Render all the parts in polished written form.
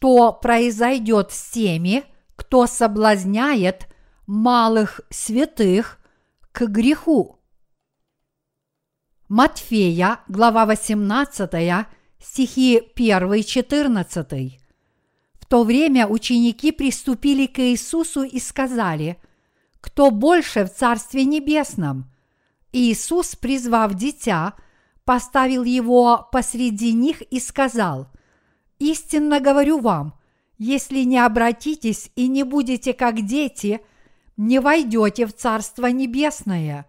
что произойдет с теми, кто соблазняет малых святых к греху. Матфея, глава 18, стихи 1-14. В то время ученики приступили к Иисусу и сказали: «Кто больше в Царстве Небесном?» Иисус, призвав дитя, поставил его посреди них и сказал: «Истинно говорю вам, если не обратитесь и не будете как дети, не войдете в Царство Небесное.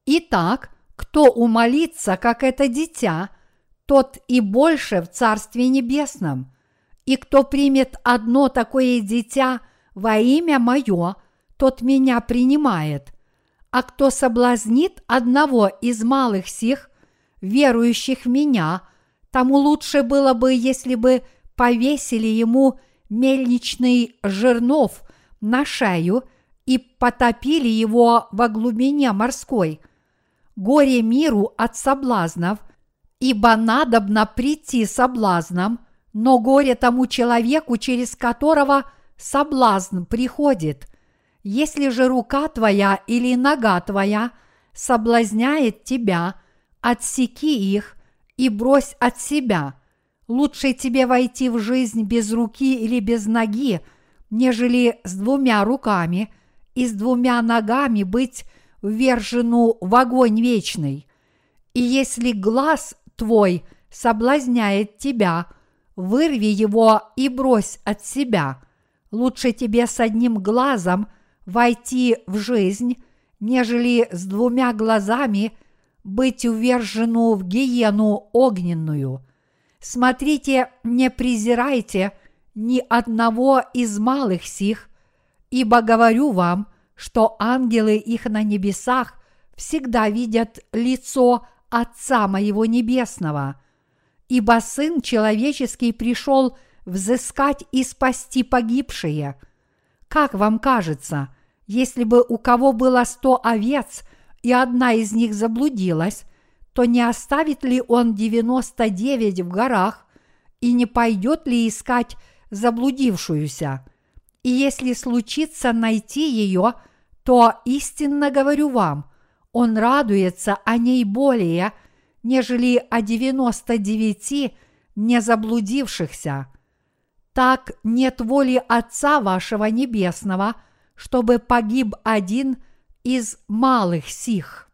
Итак, кто умолится, как это дитя, тот и больше в Царстве Небесном. И кто примет одно такое дитя во имя Мое, тот Меня принимает. А кто соблазнит одного из малых сих, верующих в Меня, тому лучше было бы, если бы повесили ему мельничный жернов на шею и потопили его во глубине морской. Горе миру от соблазнов, ибо надобно прийти соблазном, но горе тому человеку, через которого соблазн приходит. Если же рука твоя или нога твоя соблазняет тебя, отсеки их и брось от себя. Лучше тебе войти в жизнь без руки или без ноги, нежели с 2 руками и с 2 ногами быть ввержену в огонь вечный. И если глаз твой соблазняет тебя, вырви его и брось от себя. Лучше тебе с 1 глазом войти в жизнь, нежели с 2 глазами быть увержену в гиену огненную. Смотрите, не презирайте ни одного из малых сих, ибо говорю вам, что ангелы их на небесах всегда видят лицо Отца Моего Небесного. Ибо Сын Человеческий пришел взыскать и спасти погибшие. Как вам кажется, если бы у кого было 100 овец, и одна из них заблудилась, то не оставит ли он 99 в горах и не пойдет ли искать заблудившуюся? И если случится найти ее, то истинно говорю вам, он радуется о ней более, нежели о 99 не заблудившихся. Так нет воли Отца вашего Небесного, чтобы погиб один из малых сих».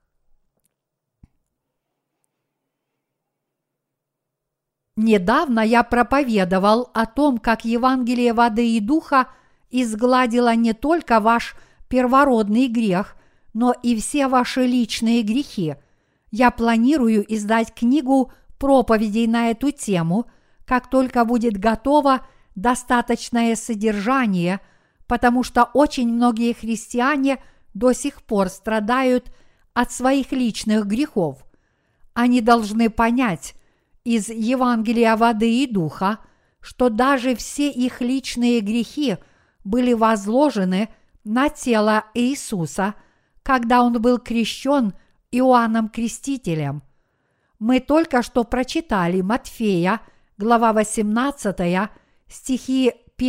Недавно я проповедовал о том, как Евангелие воды и духа изгладило не только ваш первородный грех, но и все ваши личные грехи. Я планирую издать книгу проповедей на эту тему, как только будет готово достаточное содержание, потому что очень многие христиане до сих пор страдают от своих личных грехов. Они должны понять из Евангелия воды и духа, что даже все их личные грехи были возложены на тело Иисуса, когда Он был крещен Иоанном Крестителем. Мы только что прочитали Матфея, глава 18, стихи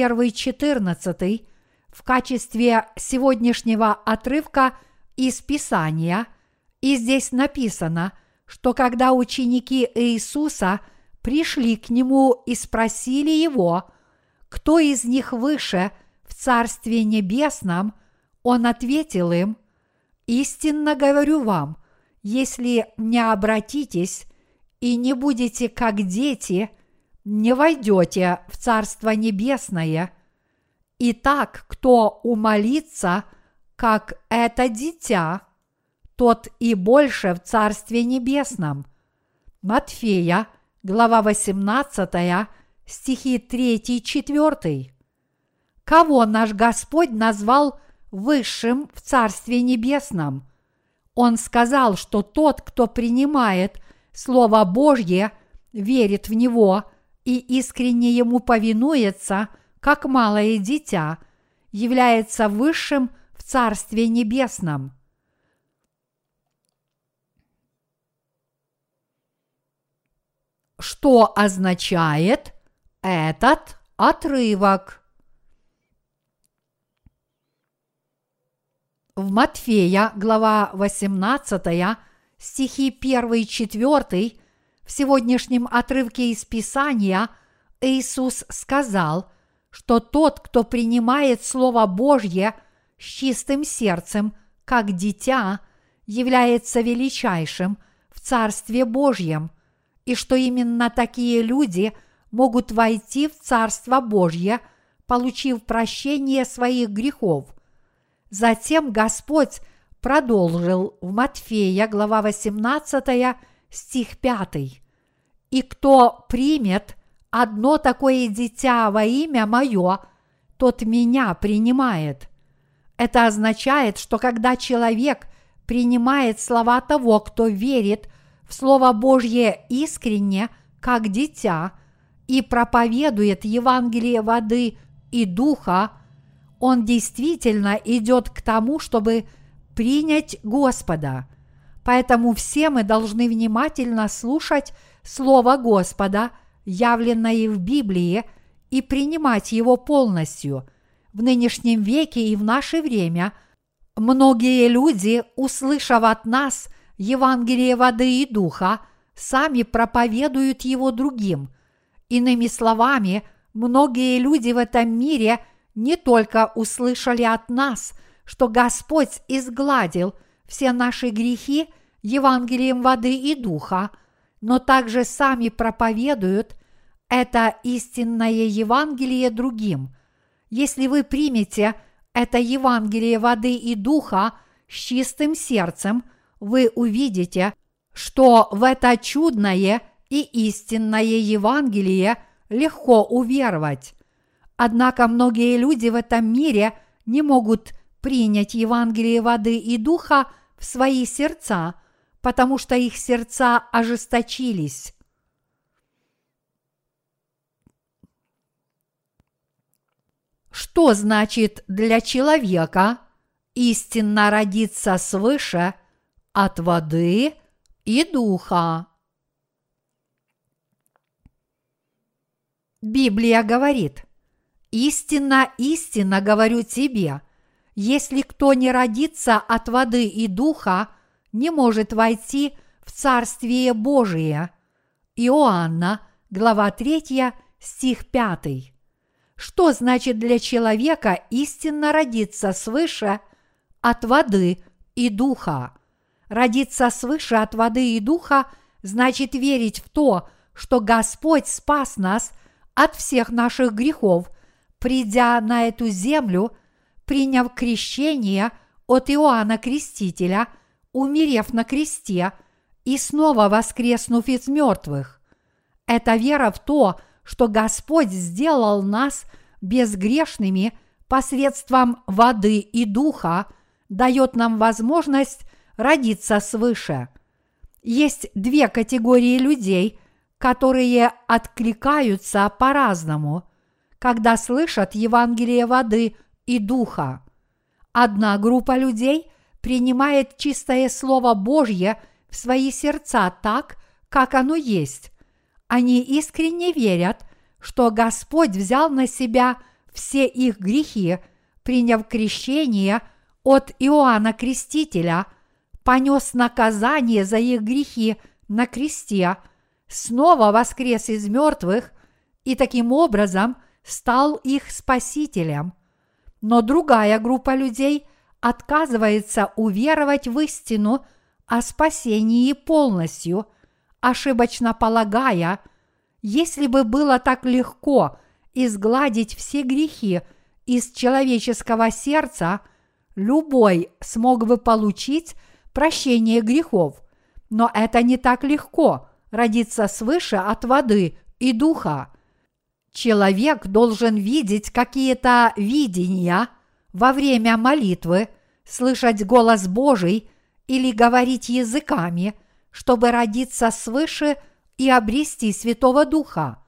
1-14 в качестве сегодняшнего отрывка из Писания, и здесь написано, что когда ученики Иисуса пришли к Нему и спросили Его, кто из них выше в Царстве Небесном, Он ответил им: «Истинно говорю вам, если не обратитесь и не будете как дети, не войдете в Царство Небесное. Итак, кто умолится, как это дитя, тот и больше в Царстве Небесном». Матфея, глава 18, стихи 3-4. Кого наш Господь назвал высшим в Царстве Небесном? Он сказал, что тот, кто принимает Слово Божье, верит в Него и искренне Ему повинуется, как малое дитя, является высшим в Царстве Небесном. Что означает этот отрывок. В Матфея, глава 18, стихи 1-4, в сегодняшнем отрывке из Писания Иисус сказал, что тот, кто принимает Слово Божье с чистым сердцем, как дитя, является величайшим в Царстве Божьем, и что именно такие люди могут войти в Царство Божье, получив прощение своих грехов. Затем Господь продолжил в Матфея, глава 18, стих 5. «И кто примет одно такое дитя во имя Мое, тот Меня принимает». Это означает, что когда человек принимает слова того, кто верит в Слово Божье искренне, как дитя, и проповедует Евангелие воды и духа, он действительно идет к тому, чтобы принять Господа. Поэтому все мы должны внимательно слушать Слово Господа, явленное в Библии, и принимать его полностью. В нынешнем веке и в наше время многие люди, услышав от нас Евангелие воды и духа, сами проповедуют его другим. Иными словами, многие люди в этом мире не только услышали от нас, что Господь изгладил все наши грехи Евангелием воды и духа, но также сами проповедуют это истинное Евангелие другим. Если вы примете это Евангелие воды и духа с чистым сердцем, вы увидите, что в это чудное и истинное Евангелие легко уверовать. Однако многие люди в этом мире не могут принять Евангелие воды и духа в свои сердца, потому что их сердца ожесточились. Что значит для человека истинно родиться свыше от воды и духа? Библия говорит: «Истинно, истинно говорю тебе, если кто не родится от воды и духа, не может войти в Царствие Божие». Иоанна, глава 3, стих 5. Что значит для человека истинно родиться свыше от воды и духа? Родиться свыше от воды и духа значит верить в то, что Господь спас нас от всех наших грехов, придя на эту землю, приняв крещение от Иоанна Крестителя, умерев на кресте и снова воскреснув из мертвых. Это вера в то, что Господь сделал нас безгрешными посредством воды и духа, дает нам возможность родиться свыше. Есть две категории людей, которые откликаются по-разному, когда слышат Евангелие воды и духа. Одна группа людей принимает чистое Слово Божье в свои сердца так, как оно есть. Они искренне верят, что Господь взял на себя все их грехи, приняв крещение от Иоанна Крестителя, понес наказание за их грехи на кресте, снова воскрес из мертвых и таким образом стал их спасителем. Но другая группа людей отказывается уверовать в истину о спасении полностью, ошибочно полагая, если бы было так легко изгладить все грехи из человеческого сердца, любой смог бы получить прощение грехов. Но это не так легко – родиться свыше от воды и духа. Человек должен видеть какие-то видения во время молитвы, слышать голос Божий или говорить языками, чтобы родиться свыше и обрести Святого Духа.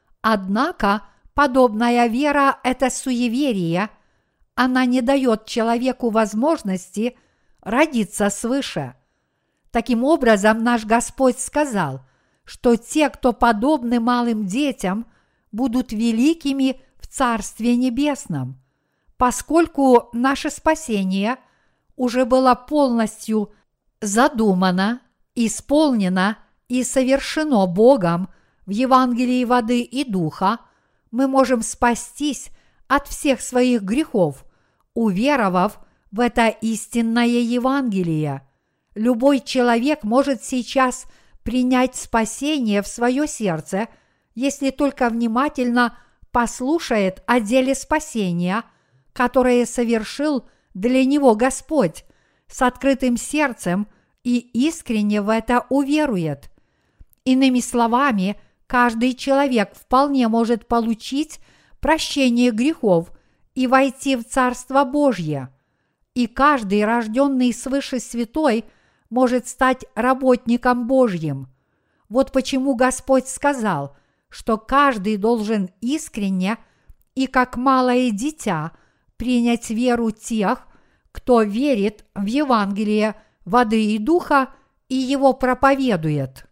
Однако подобная вера – это суеверие, она не дает человеку возможности родиться свыше. Таким образом, наш Господь сказал, что те, кто подобны малым детям, будут великими в Царстве Небесном, поскольку наше спасение уже было полностью задумано, исполнено и совершено Богом в Евангелии воды и духа. Мы можем спастись от всех своих грехов, уверовав в это истинное Евангелие. Любой человек может сейчас принять спасение в свое сердце, если только внимательно послушает о деле спасения, которое совершил для него Господь, с открытым сердцем и искренне в это уверует. Иными словами, каждый человек вполне может получить прощение грехов и войти в Царство Божье. И каждый рожденный свыше святой может стать работником Божьим. Вот почему Господь сказал, что каждый должен искренне и как малое дитя принять веру тех, кто верит в Евангелие воды и духа и его проповедует.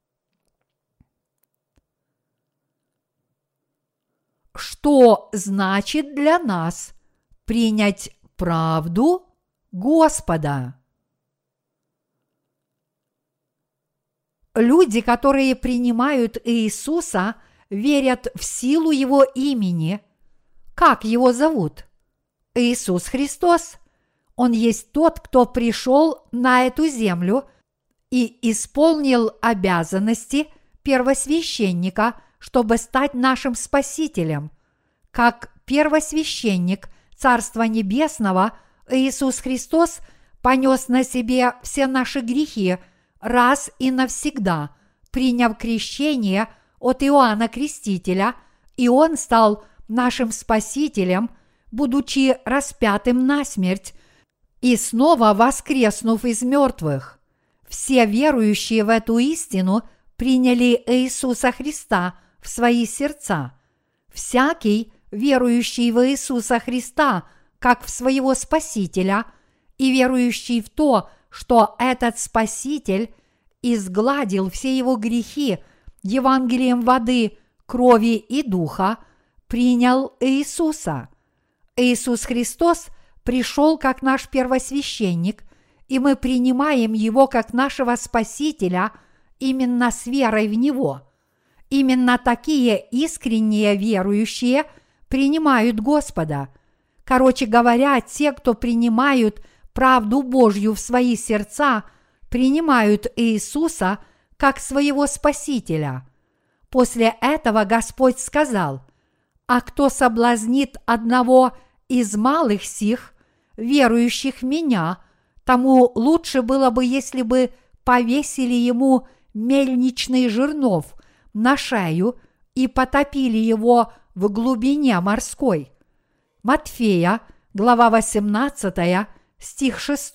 Что значит для нас принять правду Господа? Люди, которые принимают Иисуса, верят в силу Его имени. Как Его зовут? Иисус Христос. Он есть тот, кто пришел на эту землю и исполнил обязанности первосвященника, чтобы стать нашим Спасителем. Как первосвященник Царства Небесного, Иисус Христос понес на себе все наши грехи раз и навсегда, приняв крещение от Иоанна Крестителя, и Он стал нашим Спасителем, будучи распятым насмерть и снова воскреснув из мертвых. Все верующие в эту истину приняли Иисуса Христа в свои сердца. Всякий, верующий в Иисуса Христа как в своего Спасителя и верующий в то, что этот Спаситель изгладил все его грехи Евангелием воды, крови и духа, принял Иисуса. Иисус Христос пришел как наш первосвященник, и мы принимаем Его как нашего Спасителя именно с верой в Него. Именно такие искренние верующие принимают Господа. Короче говоря, те, кто принимают правду Божью в свои сердца, принимают Иисуса как своего Спасителя. После этого Господь сказал: «А кто соблазнит одного из малых сих, верующих в Меня, тому лучше было бы, если бы повесили ему мельничный жернов на шею и потопили его в глубине морской». Матфея, глава 18, стих 6.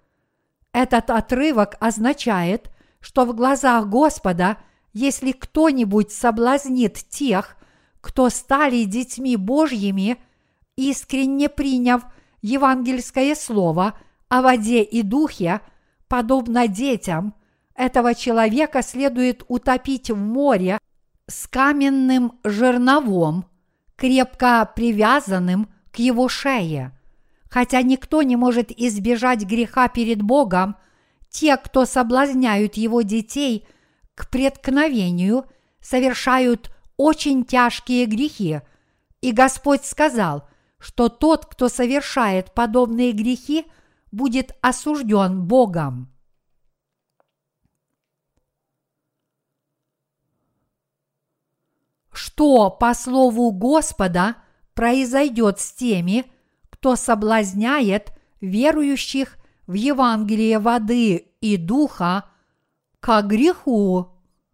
Этот отрывок означает, что в глазах Господа, если кто-нибудь соблазнит тех, кто стали детьми Божьими, искренне приняв евангельское слово о воде и духе, подобно детям, этого человека следует утопить в море с каменным жерновом, крепко привязанным к его шее. Хотя никто не может избежать греха перед Богом, те, кто соблазняют его детей к преткновению, совершают очень тяжкие грехи. И Господь сказал, что тот, кто совершает подобные грехи, будет осужден Богом. Что, по слову Господа, произойдет с теми, кто соблазняет верующих в Евангелие воды и духа ко греху?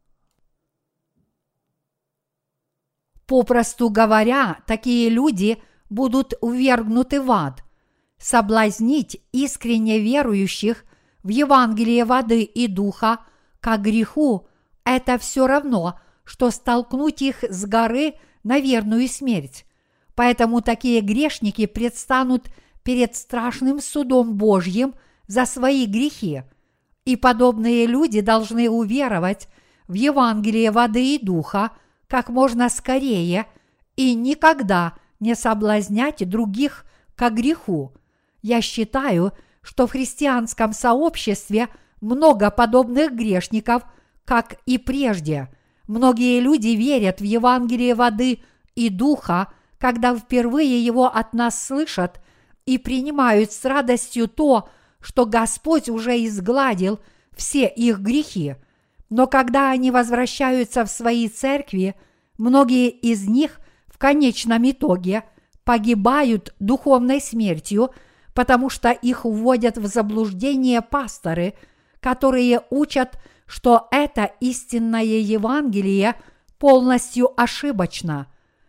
Попросту говоря, такие люди будут увергнуты в ад. Соблазнить искренне верующих в Евангелие воды и духа ко греху – это все равно, что столкнуть их с горы на верную смерть. Поэтому такие грешники предстанут перед страшным судом Божьим за свои грехи. И подобные люди должны уверовать в Евангелие воды и духа, как можно скорее и никогда не соблазнять других ко греху. Я считаю, что в христианском сообществе много подобных грешников, как и прежде. Многие люди верят в Евангелие воды и духа, когда впервые его от нас слышат и принимают с радостью то, что Господь уже изгладил все их грехи. Но когда они возвращаются в свои церкви, многие из них в конечном итоге погибают духовной смертью, потому что их вводят в заблуждение пасторы, которые учат, что это истинное Евангелие полностью ошибочно.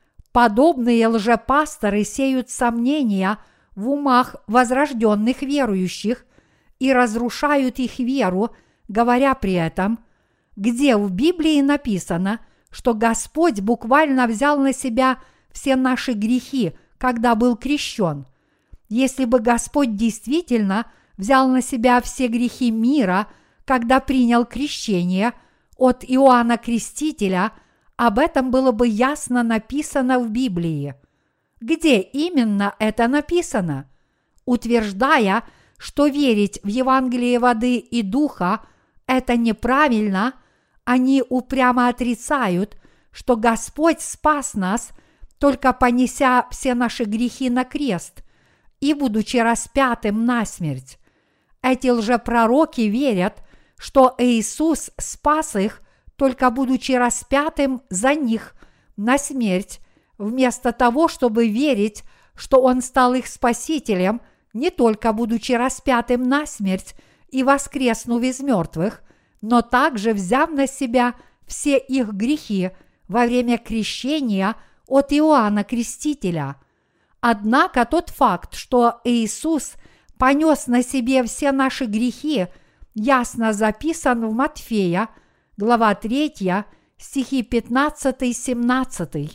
Подобные лжепасторы сеют сомнения в умах возрожденных верующих и разрушают их веру, говоря при этом, где в Библии написано, что Господь буквально взял на себя все наши грехи, когда был крещен. Если бы Господь действительно взял на себя все грехи мира, когда принял крещение от Иоанна Крестителя, об этом было бы ясно написано в Библии. Где именно это написано? Утверждая, что верить в Евангелие воды и духа – это неправильно, они упрямо отрицают, что Господь спас нас, только понеся все наши грехи на крест и будучи распятым насмерть. Эти лжепророки верят, что Иисус спас их, только будучи распятым за них на смерть, вместо того, чтобы верить, что Он стал их спасителем, не только будучи распятым на смерть и воскреснув из мертвых, но также взяв на себя все их грехи во время крещения от Иоанна Крестителя. Однако тот факт, что Иисус понес на себе все наши грехи, ясно записан в Матфея, глава 3, стихи 15-17.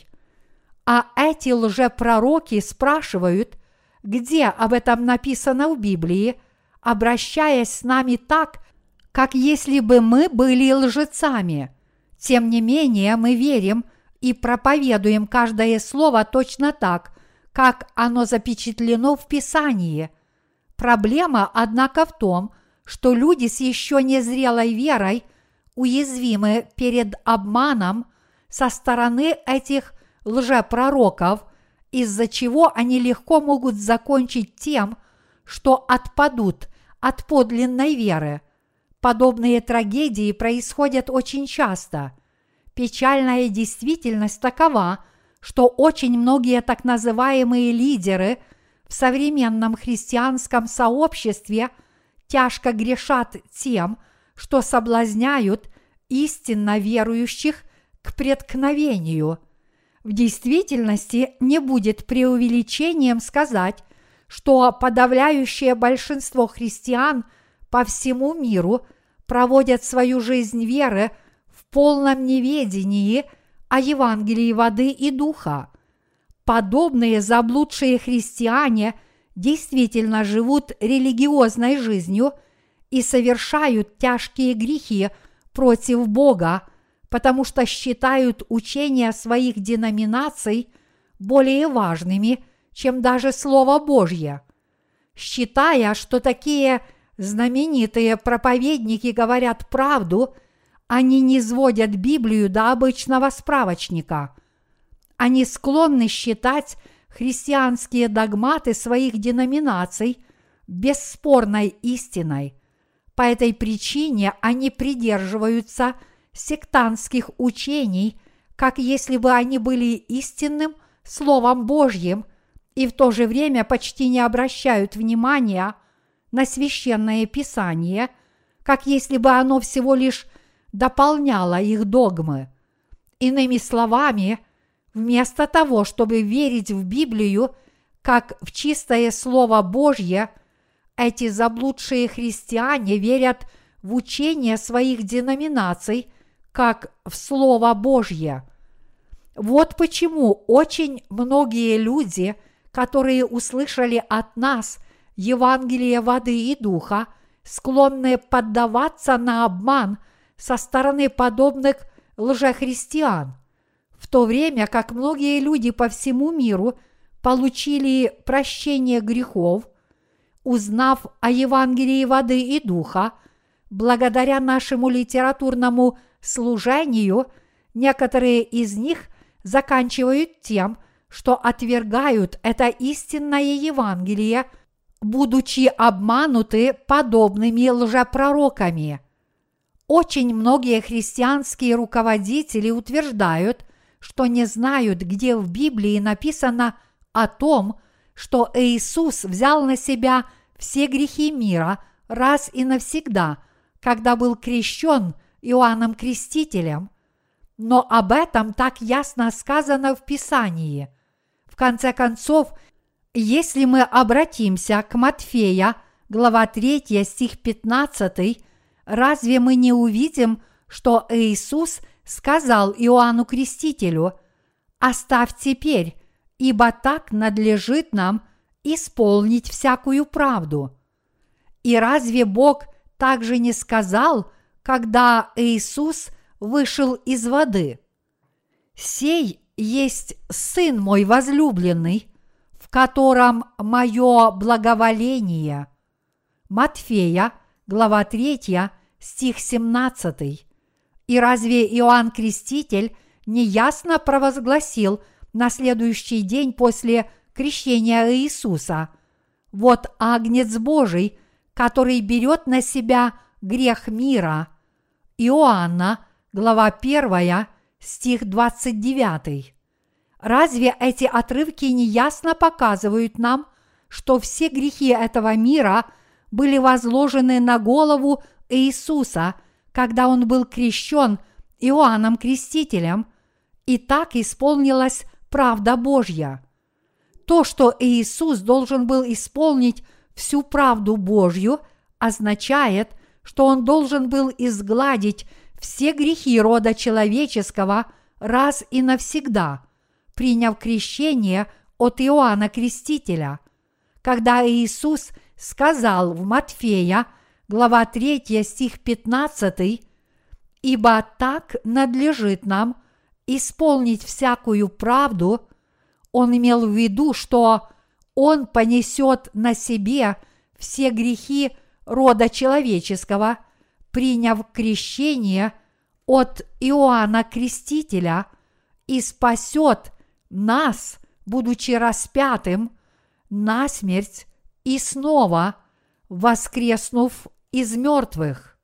А эти лжепророки спрашивают, где об этом написано в Библии, обращаясь с нами так, как если бы мы были лжецами. Тем не менее, мы верим и проповедуем каждое слово точно так, как оно запечатлено в Писании. Проблема, однако, в том, что люди с еще незрелой верой уязвимы перед обманом со стороны этих лжепророков, из-за чего они легко могут закончить тем, что отпадут от подлинной веры. Подобные трагедии происходят очень часто. Печальная действительность такова, что очень многие так называемые лидеры в современном христианском сообществе тяжко грешат тем, что соблазняют истинно верующих к преткновению. В действительности не будет преувеличением сказать, что подавляющее большинство христиан по всему миру проводят свою жизнь веры в полном неведении о Евангелии воды и духа. Подобные заблудшие христиане действительно живут религиозной жизнью и совершают тяжкие грехи против Бога, потому что считают учения своих деноминаций более важными, чем даже Слово Божье. Считая, что такие знаменитые проповедники говорят правду, они низводят Библию до обычного справочника. Они склонны считать христианские догматы своих деноминаций бесспорной истиной. По этой причине они придерживаются сектантских учений, как если бы они были истинным Словом Божьим, и в то же время почти не обращают внимания на священное Писание, как если бы оно всего лишь дополняло их догмы. Иными словами, вместо того, чтобы верить в Библию как в чистое Слово Божье, эти заблудшие христиане верят в учение своих деноминаций как в Слово Божье. Вот почему очень многие люди, которые услышали от нас Евангелие воды и духа, склонны поддаваться на обман со стороны подобных лжехристиан. В то время как многие люди по всему миру получили прощение грехов, узнав о Евангелии воды и духа, благодаря нашему литературному служению, некоторые из них заканчивают тем, что отвергают это истинное Евангелие, будучи обмануты подобными лжепророками. Очень многие христианские руководители утверждают, что не знают, где в Библии написано о том, что Иисус взял на себя все грехи мира раз и навсегда, когда был крещен Иоанном Крестителем. Но об этом так ясно сказано в Писании. В конце концов, если мы обратимся к Матфея, глава 3, стих 15, разве мы не увидим, что Иисус сказал Иоанну Крестителю: «Оставь теперь, ибо так надлежит нам исполнить всякую правду». И разве Бог также не сказал, когда Иисус вышел из воды: «Сей есть Сын мой возлюбленный, в котором мое благоволение»? Матфея, глава 3, стих 17. И разве Иоанн Креститель неясно провозгласил на следующий день после крещения Иисуса: «Вот Агнец Божий, который берет на себя грех мира»? Иоанна, глава 1, стих 29. Разве эти отрывки неясно показывают нам, что все грехи этого мира были возложены на голову Иисуса, когда Он был крещен Иоанном Крестителем, и так исполнилась правда Божья? То, что Иисус должен был исполнить всю правду Божью, означает, что Он должен был изгладить все грехи рода человеческого раз и навсегда, приняв крещение от Иоанна Крестителя. Когда Иисус сказал в Матфея, глава 3, стих 15: «Ибо так надлежит нам исполнить всякую правду», Он имел в виду, что Он понесет на себе все грехи рода человеческого, приняв крещение от Иоанна Крестителя, и спасет нас, будучи распятым насмерть и снова воскреснув из мертвых.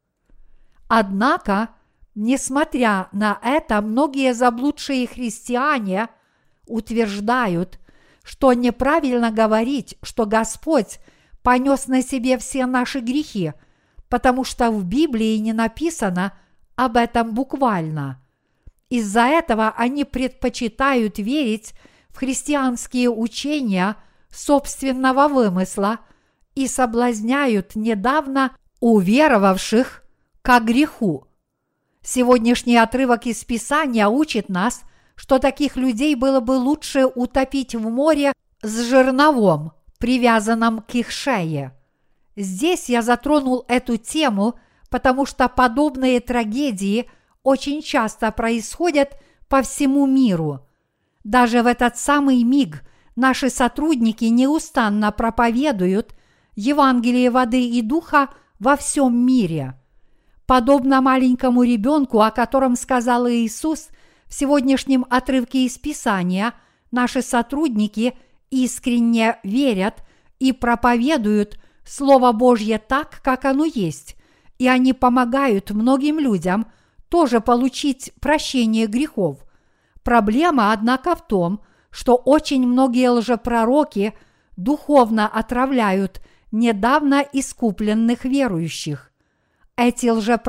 Однако, несмотря на это, многие заблудшие христиане утверждают, что неправильно говорить, что Господь понес на себе все наши грехи, потому что в Библии не написано об этом буквально. Из-за этого они предпочитают верить в христианские учения собственного вымысла и соблазняют недавно уверовавших ко греху. Сегодняшний отрывок из Писания учит нас, что таких людей было бы лучше утопить в море с жерновом, привязанным к их шее. Здесь я затронул эту тему, потому что подобные трагедии очень часто происходят по всему миру. Даже в этот самый миг наши сотрудники неустанно проповедуют Евангелие воды и духа во всем мире. Подобно маленькому ребенку, о котором сказал Иисус в сегодняшнем отрывке из Писания, наши сотрудники искренне верят и проповедуют Слово Божье так, как оно есть, и они помогают многим людям тоже получить прощение грехов. Проблема, однако, в том, что очень многие лжепророки духовно отравляют недавно искупленных верующих. Эти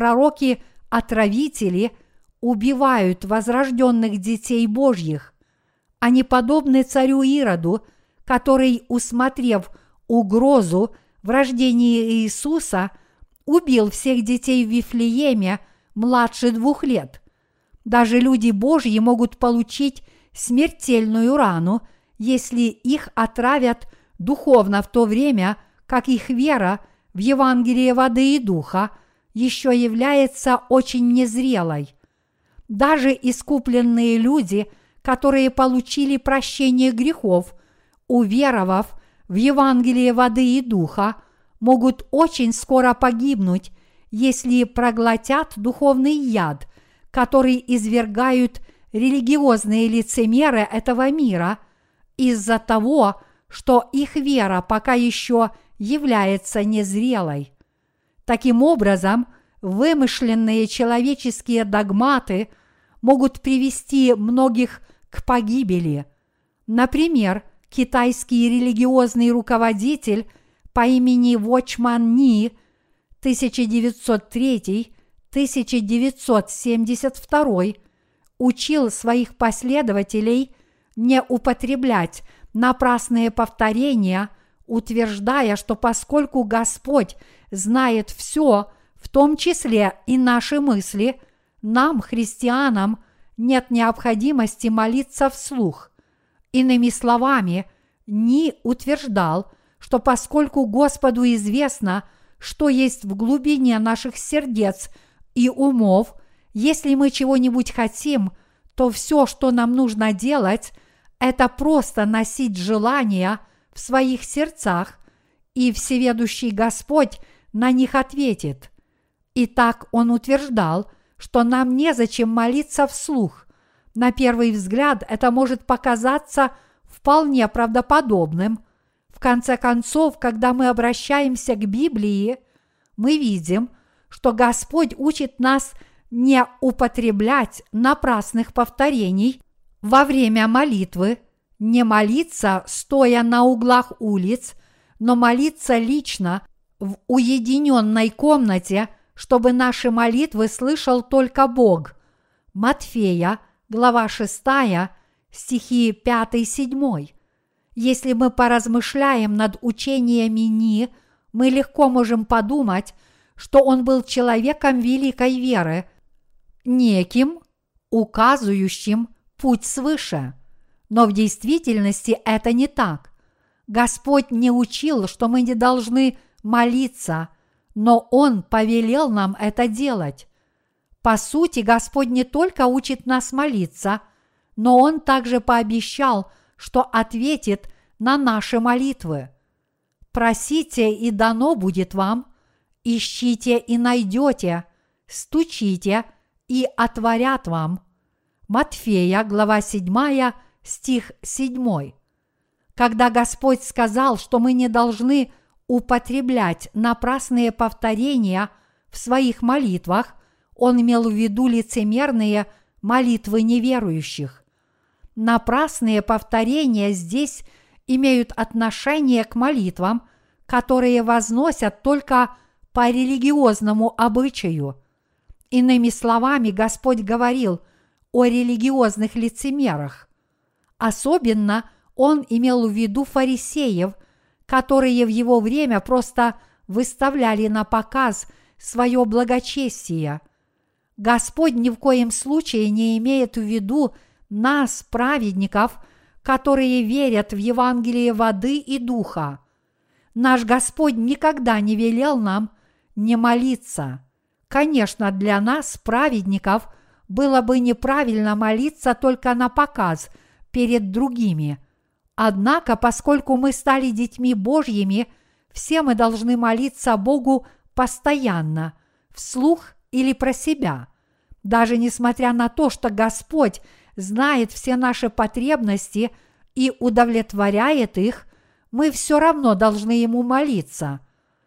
лжепророки-отравители убивают возрожденных детей Божьих. Они подобны царю Ироду, который, усмотрев угрозу в рождении Иисуса, убил всех детей в Вифлееме младше 2 лет. Даже люди Божьи могут получить смертельную рану, если их отравят духовно, в то время как их вера в Евангелие воды и духа еще является очень незрелой. Даже искупленные люди, которые получили прощение грехов, уверовав в Евангелие воды и духа, могут очень скоро погибнуть, если проглотят духовный яд, который извергают религиозные лицемеры этого мира из-за того, что их вера пока еще является незрелой. Таким образом, вымышленные человеческие догматы могут привести многих к погибели. Например, китайский религиозный руководитель по имени Вочман Ни 1903-1972 учил своих последователей не употреблять напрасные повторения, утверждая, что поскольку Господь знает все, в том числе и наши мысли, нам, христианам, нет необходимости молиться вслух. Иными словами, Ни утверждал, что поскольку Господу известно, что есть в глубине наших сердец и умов, если мы чего-нибудь хотим, то все, что нам нужно делать, это просто носить желания в своих сердцах, и всеведущий Господь на них ответит. Итак, он утверждал, что нам незачем молиться вслух. На первый взгляд это может показаться вполне правдоподобным. В конце концов, когда мы обращаемся к Библии, мы видим, что Господь учит нас не употреблять напрасных повторений во время молитвы, не молиться, стоя на углах улиц, но молиться лично в уединенной комнате, чтобы наши молитвы слышал только Бог. Матфея, глава 6, стихи 5-7. Если мы поразмышляем над учениями Ни, мы легко можем подумать, что он был человеком великой веры, неким, указывающим путь свыше. Но в действительности это не так. Господь не учил, что мы не должны молиться, но Он повелел нам это делать. По сути, Господь не только учит нас молиться, но Он также пообещал, что ответит на наши молитвы. Просите, и дано будет вам, ищите и найдете, стучите, и отворят вам. Матфея, глава 7, стих 7. Когда Господь сказал, что мы не должны употреблять напрасные повторения в своих молитвах, Он имел в виду лицемерные молитвы неверующих. Напрасные повторения здесь имеют отношение к молитвам, которые возносят только по религиозному обычаю. Иными словами, Господь говорил о религиозных лицемерах. Особенно Он имел в виду фарисеев, которые в его время просто выставляли на показ свое благочестие. Господь ни в коем случае не имеет в виду нас, праведников, которые верят в Евангелие воды и духа. Наш Господь никогда не велел нам не молиться. Конечно, для нас, праведников, было бы неправильно молиться только на показ перед другими. Однако, поскольку мы стали детьми Божьими, все мы должны молиться Богу постоянно, вслух или про себя. Даже несмотря на то, что Господь знает все наши потребности и удовлетворяет их, мы все равно должны Ему молиться.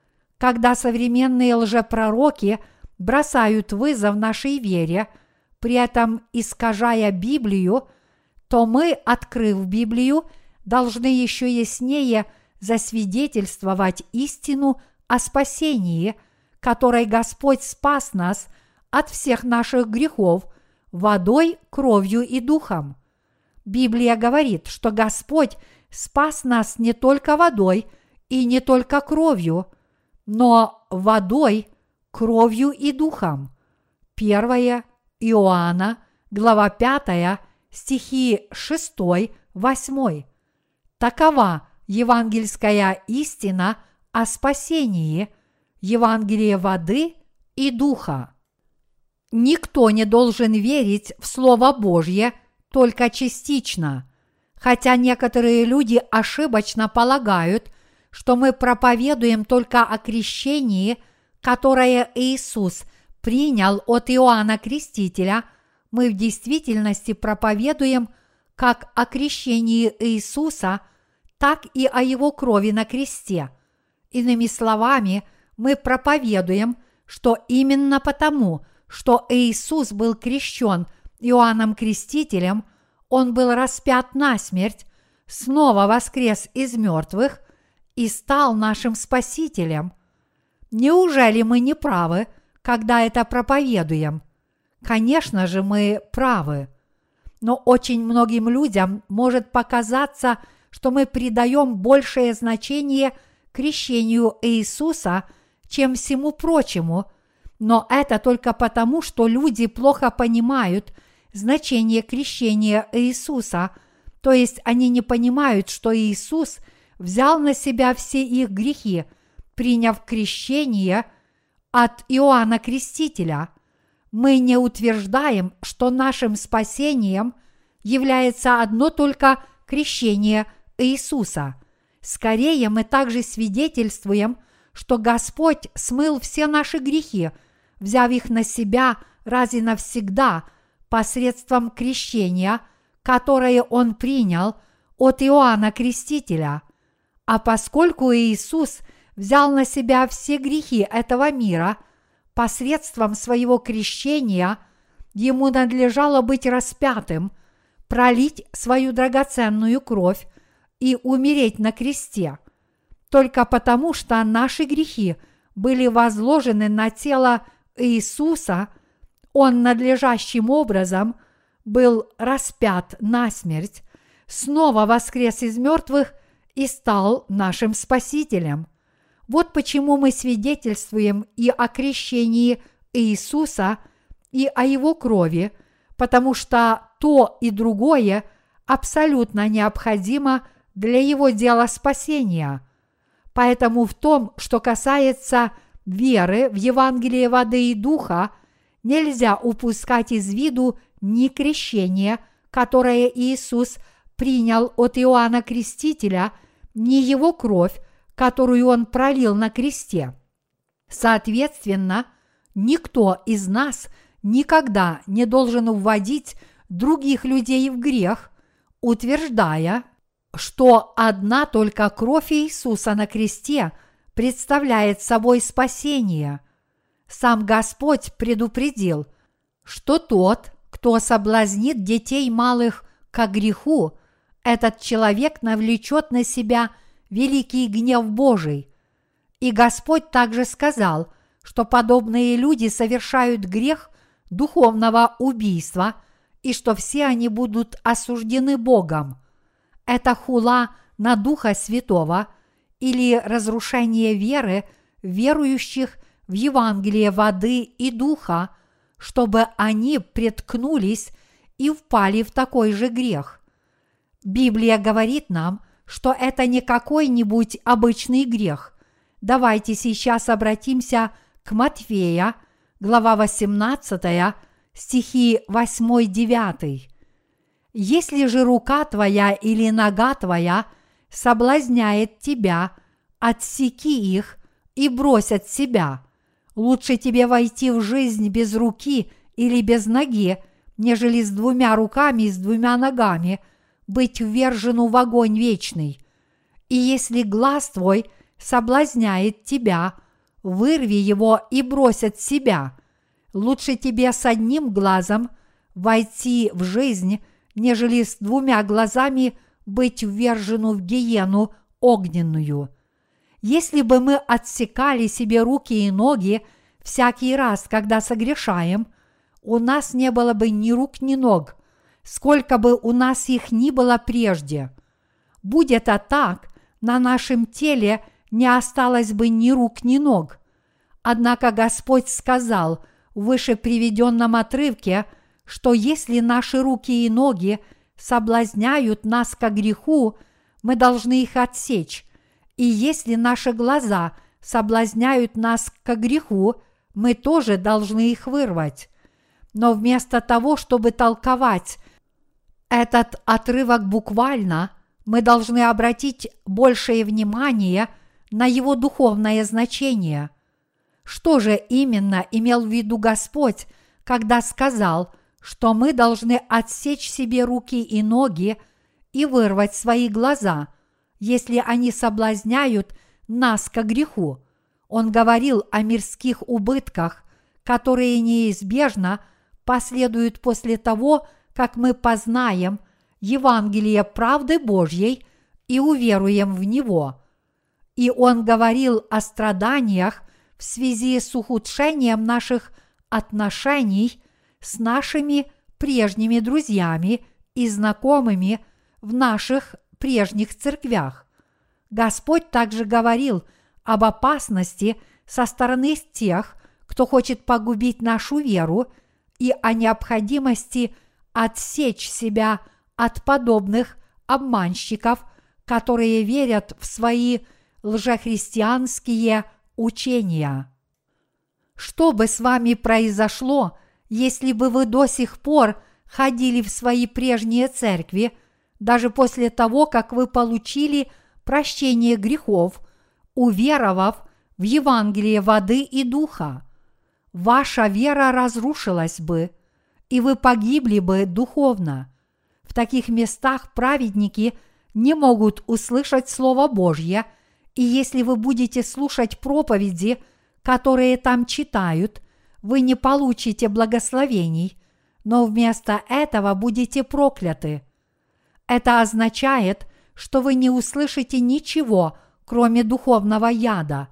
Когда современные лжепророки бросают вызов нашей вере, при этом искажая Библию, то мы, открыв Библию, должны еще яснее засвидетельствовать истину о спасении, которой Господь спас нас от всех наших грехов водой, кровью и духом. Библия говорит, что Господь спас нас не только водой и не только кровью, но водой, кровью и духом. 1 Иоанна, глава 5, стихи 6-8. Такова евангельская истина о спасении, Евангелие воды и духа. Никто не должен верить в Слово Божье только частично, хотя некоторые люди ошибочно полагают, что мы проповедуем только о крещении, которое Иисус принял от Иоанна Крестителя. Мы в действительности проповедуем как о крещении Иисуса, так и о Его крови на кресте. Иными словами, мы проповедуем, что именно потому, что Иисус был крещен Иоанном Крестителем, Он был распят насмерть, снова воскрес из мертвых и стал нашим Спасителем. Неужели мы не правы, когда это проповедуем? Конечно же, мы правы. Но очень многим людям может показаться, что мы придаем большее значение крещению Иисуса, чем всему прочему, но это только потому, что люди плохо понимают значение крещения Иисуса, то есть они не понимают, что Иисус взял на себя все их грехи, приняв крещение от Иоанна Крестителя. Мы не утверждаем, что нашим спасением является одно только крещение Иисуса. Скорее, мы также свидетельствуем, что Господь смыл все наши грехи, взяв их на себя раз и навсегда посредством крещения, которое Он принял от Иоанна Крестителя. А поскольку Иисус взял на себя все грехи этого мира посредством своего крещения, Ему надлежало быть распятым, пролить свою драгоценную кровь и умереть на кресте. Только потому, что наши грехи были возложены на тело Иисуса, Он надлежащим образом был распят насмерть, снова воскрес из мертвых и стал нашим Спасителем. Вот почему мы свидетельствуем и о крещении Иисуса, и о Его крови, потому что то и другое абсолютно необходимо для Его дела спасения. Поэтому в том, что касается веры в Евангелие воды и духа, нельзя упускать из виду ни крещение, которое Иисус принял от Иоанна Крестителя, ни Его кровь, которую Он пролил на кресте. Соответственно, никто из нас никогда не должен вводить других людей в грех, утверждая, что одна только кровь Иисуса на кресте представляет собой спасение. Сам Господь предупредил, что тот, кто соблазнит детей малых ко греху, этот человек навлечет на себя великий гнев Божий. И Господь также сказал, что подобные люди совершают грех духовного убийства и что все они будут осуждены Богом. Это хула на Духа Святого или разрушение веры верующих в Евангелие воды и духа, чтобы они преткнулись и впали в такой же грех. Библия говорит нам, что это не какой-нибудь обычный грех. Давайте сейчас обратимся к Матфея, глава 18, стихи 8-9. «Если же рука твоя или нога твоя соблазняет тебя, отсеки их и брось от себя. Лучше тебе войти в жизнь без руки или без ноги, нежели с двумя руками и с двумя ногами быть ввержену в огонь вечный. И если глаз твой соблазняет тебя, вырви его и брось от себя. Лучше тебе с одним глазом войти в жизнь, нежели с двумя глазами быть ввержену в гиену огненную. Если бы мы отсекали себе руки и ноги всякий раз, когда согрешаем, у нас не было бы ни рук, ни ног, сколько бы у нас их ни было прежде. Будь это так, на нашем теле не осталось бы ни рук, ни ног. Однако Господь сказал в выше приведенном отрывке, что если наши руки и ноги соблазняют нас ко греху, мы должны их отсечь. И если наши глаза соблазняют нас ко греху, мы тоже должны их вырвать. но вместо того, чтобы толковать этот отрывок буквально, мы должны обратить большее внимание на его духовное значение. Что же именно имел в виду Господь, когда сказал, что мы должны отсечь себе руки и ноги и вырвать свои глаза, если они соблазняют нас ко греху? Он говорил о мирских убытках, которые неизбежно последуют после того, как мы познаем Евангелие правды Божьей и уверуем в него. И он говорил о страданиях в связи с ухудшением наших отношений с нашими прежними друзьями и знакомыми в наших прежних церквях. Господь также говорил об опасности со стороны тех, кто хочет погубить нашу веру, и о необходимости отсечь себя от подобных обманщиков, которые верят в свои лжехристианские учения. Что бы с вами произошло, если бы вы до сих пор ходили в свои прежние церкви, даже после того, как вы получили прощение грехов, уверовав в Евангелие воды и духа? Ваша вера разрушилась бы, и вы погибли бы духовно. В таких местах праведники не могут услышать Слово Божье, и если вы будете слушать проповеди, которые там читают, вы не получите благословений, но вместо этого будете прокляты. Это означает, что вы не услышите ничего, кроме духовного яда.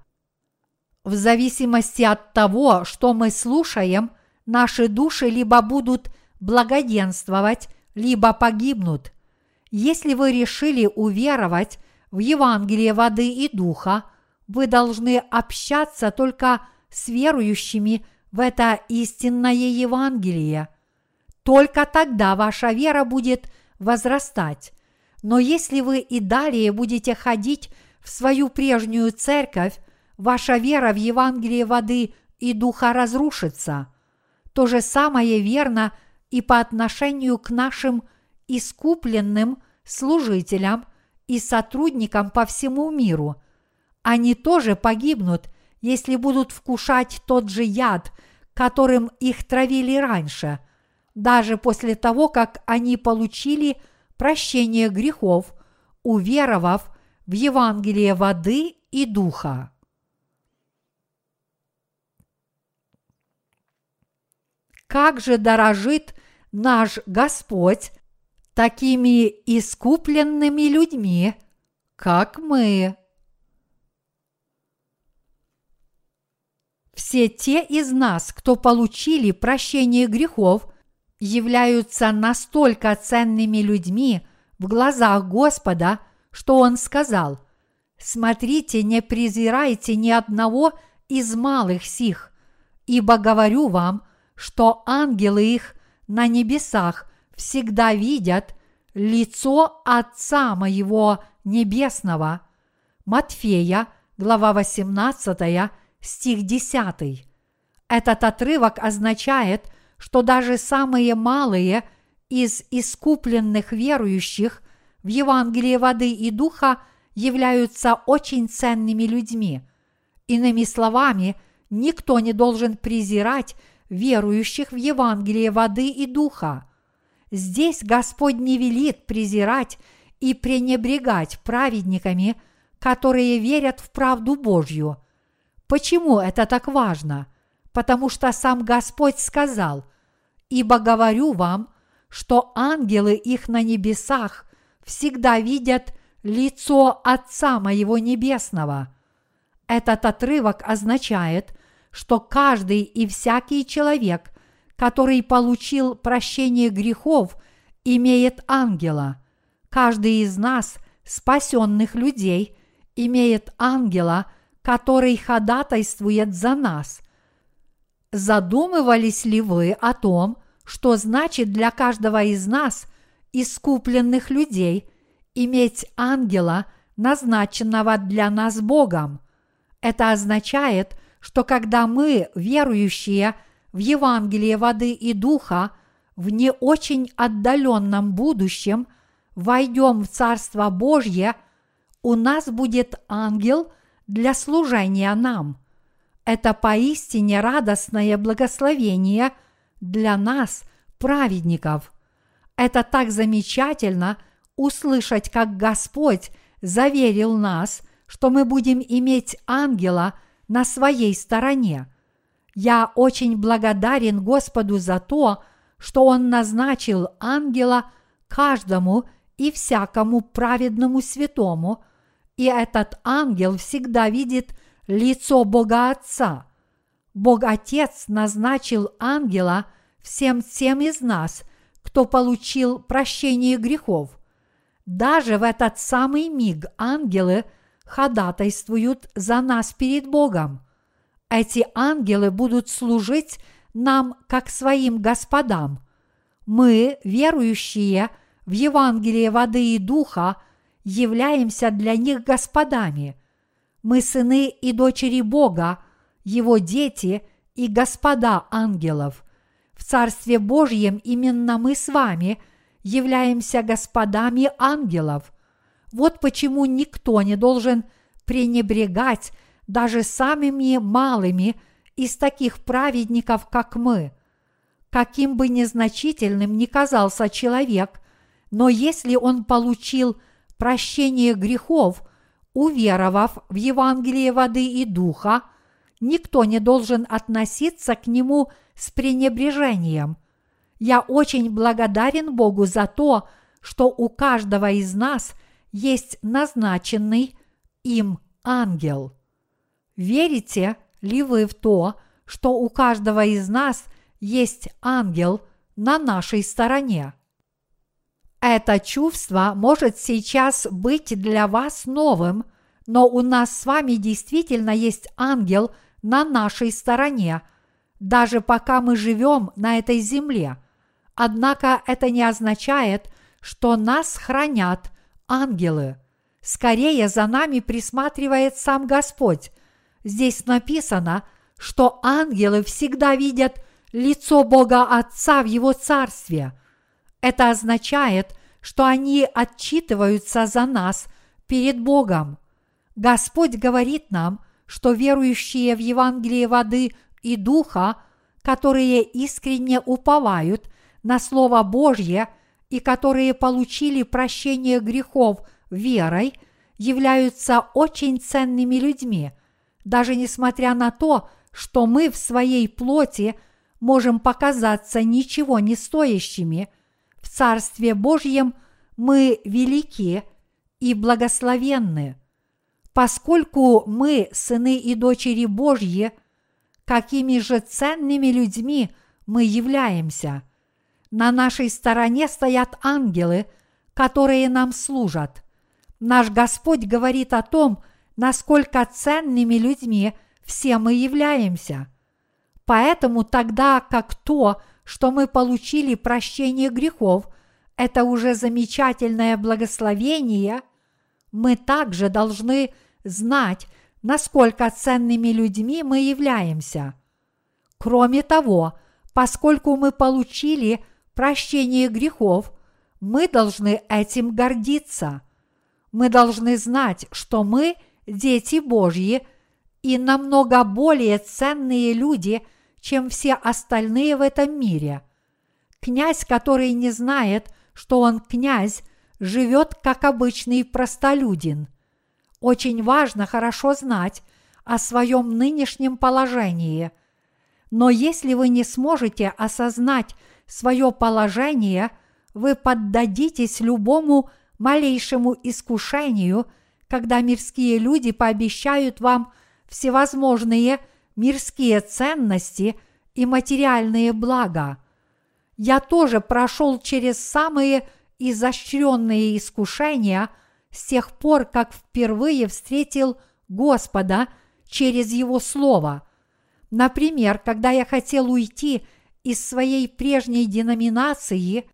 В зависимости от того, что мы слушаем, наши души либо будут благоденствовать, либо погибнут. Если вы решили уверовать в Евангелие воды и духа, вы должны общаться только с верующими в это истинное Евангелие. Только тогда ваша вера будет возрастать. Но если вы и далее будете ходить в свою прежнюю церковь, ваша вера в Евангелие воды и духа разрушится. То же самое верно и по отношению к нашим искупленным служителям и сотрудникам по всему миру. Они тоже погибнут, если будут вкушать тот же яд, которым их травили раньше, даже после того, как они получили прощение грехов, уверовав в Евангелие воды и духа. Как же дорожит наш Господь такими искупленными людьми, как мы! Все те из нас, кто получили прощение грехов, являются настолько ценными людьми в глазах Господа, что Он сказал: «Смотрите, не презирайте ни одного из малых сих, ибо говорю вам, что ангелы их на небесах всегда видят лицо Отца Моего Небесного». Матфея, глава 18, стих 10. Этот отрывок означает, что даже самые малые из искупленных верующих в Евангелие воды и духа являются очень ценными людьми. Иными словами, никто не должен презирать верующих в Евангелие воды и духа. Здесь Господь не велит презирать и пренебрегать праведниками, которые верят в правду Божью. Почему это так важно? Потому что сам Господь сказал: «Ибо говорю вам, что ангелы их на небесах всегда видят лицо Отца Моего Небесного». Этот отрывок означает, что каждый и всякий человек, который получил прощение грехов, имеет ангела. Каждый из нас, спасенных людей, имеет ангела, который ходатайствует за нас. Задумывались ли вы о том, что значит для каждого из нас, искупленных людей, иметь ангела, назначенного для нас Богом? Это означает, что когда мы, верующие в Евангелии воды и духа в не очень отдаленном будущем войдем в Царство Божье, у нас будет ангел для служения нам. Это поистине радостное благословение для нас, праведников. Это так замечательно услышать, как Господь заверил нас, что мы будем иметь ангела на своей стороне. Я очень благодарен Господу за то, что Он назначил ангела каждому и всякому праведному святому, и этот ангел всегда видит лицо Бога Отца. Бог Отец назначил ангела всем тем из нас, кто получил прощение грехов. Даже в этот самый миг ангелы ходатайствуют за нас перед Богом. Эти ангелы будут служить нам как своим господам. Мы, верующие в Евангелие воды и духа, являемся для них господами. Мы сыны и дочери Бога, Его дети и господа ангелов. В Царстве Божьем именно мы с вами являемся господами ангелов. Вот почему никто не должен пренебрегать даже самыми малыми из таких праведников, как мы. Каким бы незначительным ни казался человек, но если он получил прощение грехов, уверовав в Евангелие воды и духа, никто не должен относиться к нему с пренебрежением. Я очень благодарен Богу за то, что у каждого из нас есть назначенный им ангел. Верите ли вы в то, что у каждого из нас есть ангел на нашей стороне? Это чувство может сейчас быть для вас новым, но у нас с вами действительно есть ангел на нашей стороне, даже пока мы живем на этой земле. Однако это не означает, что нас хранят ангелы. Скорее за нами присматривает сам Господь. Здесь написано, что ангелы всегда видят лицо Бога Отца в Его Царстве. Это означает, что они отчитываются за нас перед Богом. Господь говорит нам, что верующие в Евангелие воды и духа, которые искренне уповают на Слово Божье и которые получили прощение грехов верой, являются очень ценными людьми, даже несмотря на то, что мы в своей плоти можем показаться ничего не стоящими. В Царстве Божьем мы велики и благословенны. Поскольку мы сыны и дочери Божьи, какими же ценными людьми мы являемся? На нашей стороне стоят ангелы, которые нам служат. Наш Господь говорит о том, насколько ценными людьми все мы являемся. Поэтому тогда как то, что мы получили прощение грехов, это уже замечательное благословение, мы также должны знать, насколько ценными людьми мы являемся. Кроме того, поскольку мы получили прощение грехов, мы должны этим гордиться. Мы должны знать, что мы дети Божьи и намного более ценные люди, чем все остальные в этом мире. Князь, который не знает, что он князь, живет как обычный простолюдин. Очень важно хорошо знать о своем нынешнем положении. Но если вы не сможете осознать свое положение, вы поддадитесь любому малейшему искушению, когда мирские люди пообещают вам всевозможные мирские ценности и материальные блага. Я тоже прошел через самые изощренные искушения с тех пор, как впервые встретил Господа через Его Слово. Например, когда я хотел уйти из своей прежней деноминации,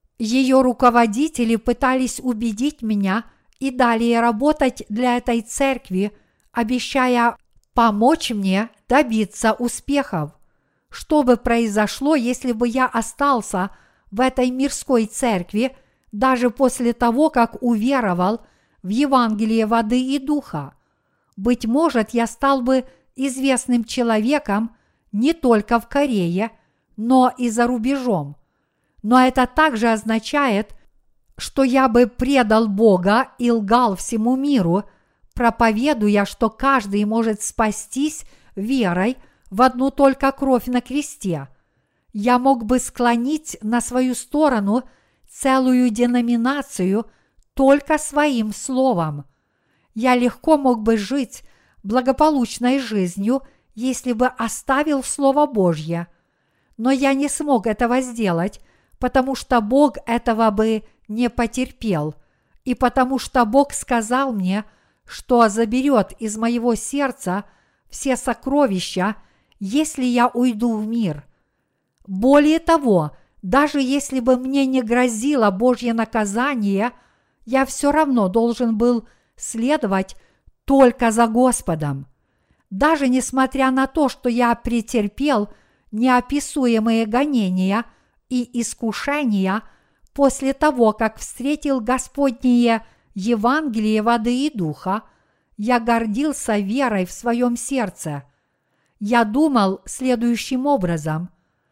ее руководители пытались убедить меня и далее работать для этой церкви, обещая помочь мне добиться успехов. что бы произошло, если бы я остался в этой мирской церкви даже после того, как уверовал в Евангелие воды и духа? Быть может, я стал бы известным человеком не только в Корее, но и за рубежом. Но это также означает, что я бы предал Бога и лгал всему миру, проповедуя, что каждый может спастись верой в одну только кровь на кресте. Я мог бы склонить на свою сторону целую деноминацию только своим словом. Я легко мог бы жить благополучной жизнью, если бы оставил Слово Божье. Но я не смог этого сделать, потому что Бог этого бы не потерпел, и потому что Бог сказал мне, что заберет из моего сердца все сокровища, если я уйду в мир. Более того, даже если бы мне не грозило Божье наказание, я все равно должен был следовать только за Господом. Даже несмотря на то, что я претерпел неописуемые гонения и искушения после того, как встретил Господнее Евангелие воды и духа, я гордился верой в своем сердце. Я думал следующим образом: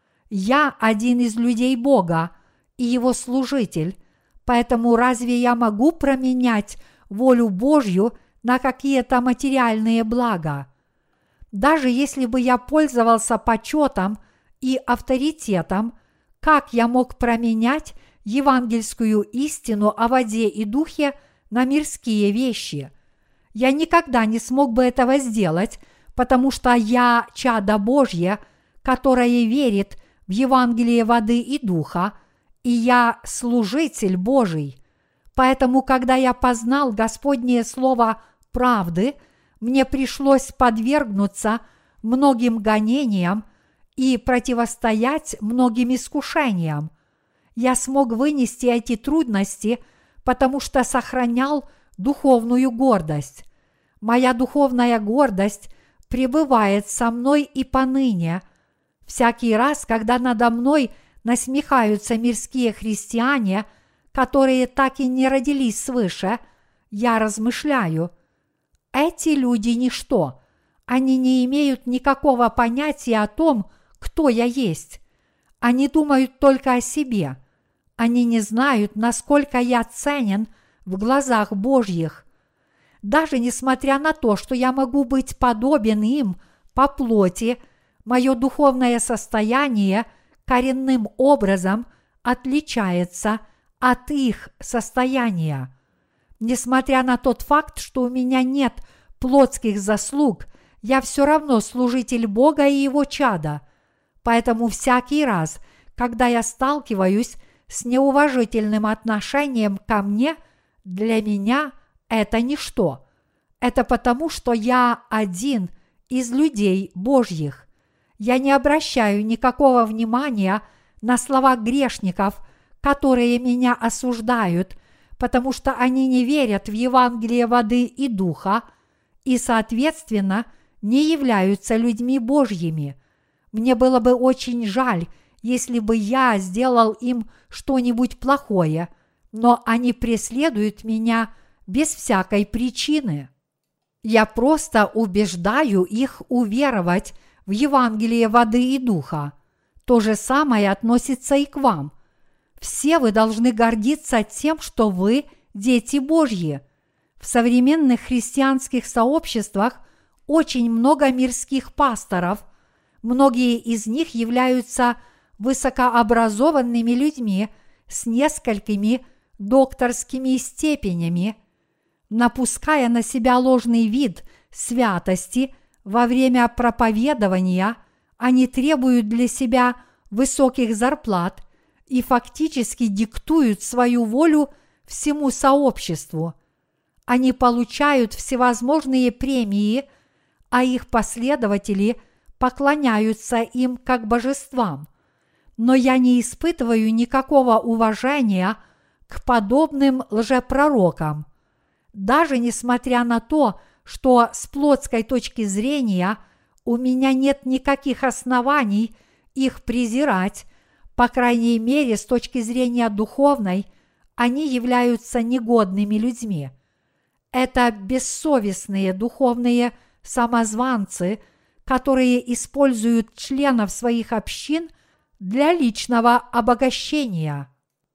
я один из людей Бога и Его служитель, поэтому разве я могу променять волю Божью на какие-то материальные блага? Даже если бы я пользовался почетом и авторитетом, как я мог променять евангельскую истину о воде и духе на мирские вещи? Я никогда не смог бы этого сделать, потому что я чадо Божье, которое верит в Евангелие воды и духа, и я служитель Божий. Поэтому, когда я познал Господнее слово правды, мне пришлось подвергнуться многим гонениям и противостоять многим искушениям. Я смог вынести эти трудности, потому что сохранял духовную гордость. Моя духовная гордость пребывает со мной и поныне. Всякий раз, когда надо мной насмехаются мирские христиане, которые так и не родились свыше, я размышляю: эти люди ничто, они не имеют никакого понятия о том, кто я есть. Они думают только о себе. Они не знают, насколько я ценен в глазах Божьих. Даже несмотря на то, что я могу быть подобен им по плоти, мое духовное состояние коренным образом отличается от их состояния. Несмотря на тот факт, что у меня нет плотских заслуг, я все равно служитель Бога и Его чада. Поэтому всякий раз, когда я сталкиваюсь с неуважительным отношением ко мне, для меня это ничто. Это потому, что я один из людей Божьих. Я не обращаю никакого внимания на слова грешников, которые меня осуждают, потому что они не верят в Евангелие воды и духа и, соответственно, не являются людьми Божьими. Мне было бы очень жаль, если бы я сделал им что-нибудь плохое, но они преследуют меня без всякой причины. Я просто убеждаю их уверовать в Евангелие воды и духа. То же самое относится и к вам. Все вы должны гордиться тем, что вы дети Божьи. В современных христианских сообществах очень много мирских пасторов. Многие из них являются высокообразованными людьми с несколькими докторскими степенями. Напуская на себя ложный вид святости во время проповедования, они требуют для себя высоких зарплат и фактически диктуют свою волю всему сообществу. Они получают всевозможные премии, а их последователи поклоняются им как божествам. Но я не испытываю никакого уважения к подобным лжепророкам. Даже несмотря на то, что с плотской точки зрения у меня нет никаких оснований их презирать, по крайней мере, с точки зрения духовной, они являются негодными людьми. Это бессовестные духовные самозванцы, которые используют членов своих общин для личного обогащения.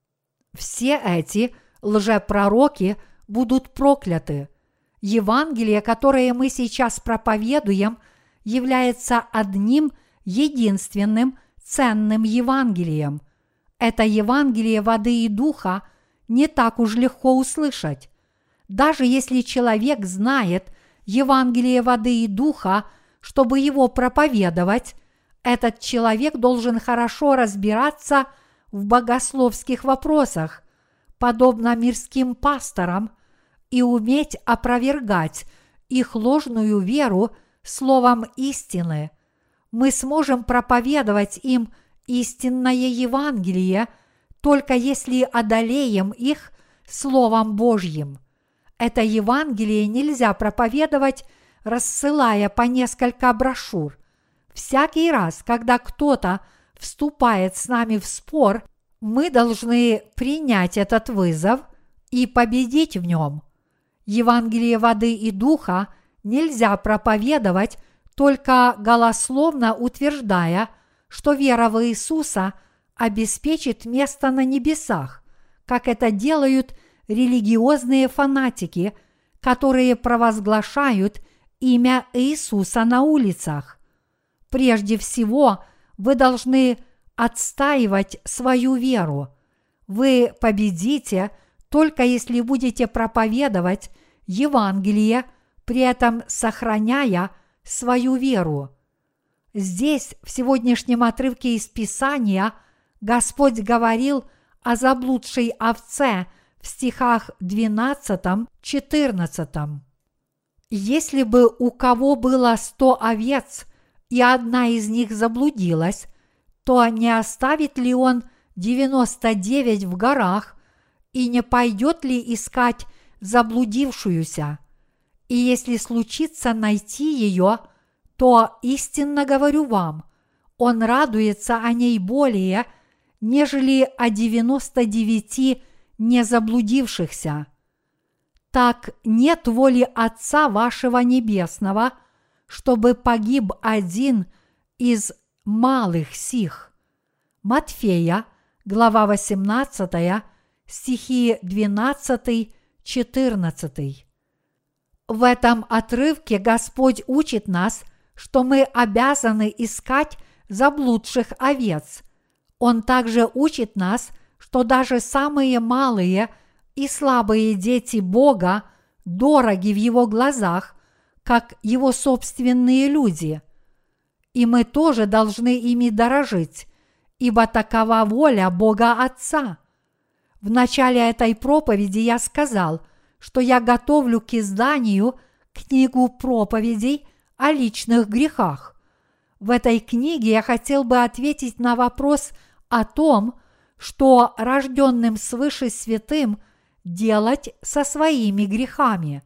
Все эти лжепророки будут прокляты. Евангелие, которое мы сейчас проповедуем, является одним единственным ценным Евангелием. Это Евангелие воды и духа не так уж легко услышать. Даже если человек знает Евангелие воды и духа, чтобы его проповедовать, этот человек должен хорошо разбираться в богословских вопросах, подобно мирским пасторам, и уметь опровергать их ложную веру словом истины. Мы сможем проповедовать им истинное Евангелие, только если одолеем их Словом Божьим. Это Евангелие нельзя проповедовать, рассылая по несколько брошюр. Всякий раз, когда кто-то вступает с нами в спор, мы должны принять этот вызов и победить в нем. Евангелие воды и духа нельзя проповедовать, только голословно утверждая, что вера в Иисуса обеспечит место на небесах, как это делают религиозные фанатики, которые провозглашают имя Иисуса на улицах. Прежде всего, вы должны отстаивать свою веру. Вы победите, только если будете проповедовать Евангелие, при этом сохраняя свою веру. Здесь, в сегодняшнем отрывке из Писания, Господь говорил о заблудшей овце в стихах 12-14. Если бы у кого было 100 овец, и одна из них заблудилась, то не оставит ли он 99 в горах и не пойдет ли искать заблудившуюся? И если случится найти ее, то истинно говорю вам, он радуется о ней более, нежели о 99 незаблудившихся. Так нет воли Отца вашего Небесного, чтобы погиб один из малых сих. Матфея, глава 18, стихи 12-14. В этом отрывке Господь учит нас, что мы обязаны искать заблудших овец. Он также учит нас, что даже самые малые и слабые дети Бога дороги в Его глазах, как Его собственные люди. И мы тоже должны ими дорожить, ибо такова воля Бога Отца. В начале этой проповеди я сказал, что я готовлю к изданию книгу проповедей о личных грехах. В этой книге я хотел бы ответить на вопрос о том, что рожденным свыше святым делать со своими грехами.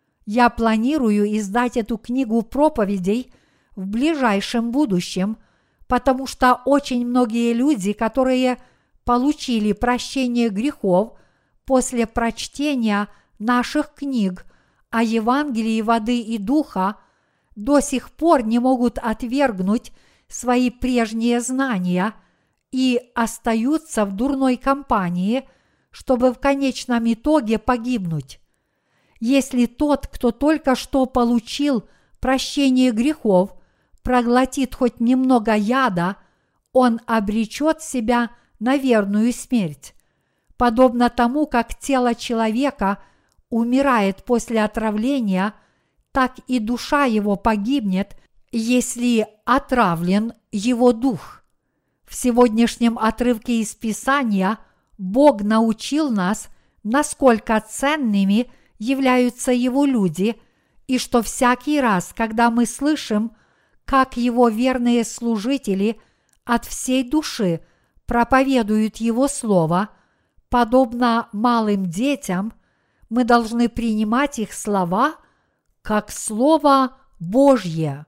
Я планирую издать эту книгу проповедей в ближайшем будущем, потому что очень многие люди, которые получили прощение грехов после прочтения наших книг о Евангелии воды и духа, до сих пор не могут отвергнуть свои прежние знания и остаются в дурной компании, чтобы в конечном итоге погибнуть. Если тот, кто только что получил прощение грехов, проглотит хоть немного яда, он обречет себя на верную смерть. Подобно тому, как тело человека умирает после отравления, так и душа его погибнет, если отравлен его дух. В сегодняшнем отрывке из Писания Бог научил нас, насколько ценными являются Его люди, и что всякий раз, когда мы слышим, как Его верные служители от всей души проповедуют Его Слово, подобно малым детям, мы должны принимать их слова как Слово Божье.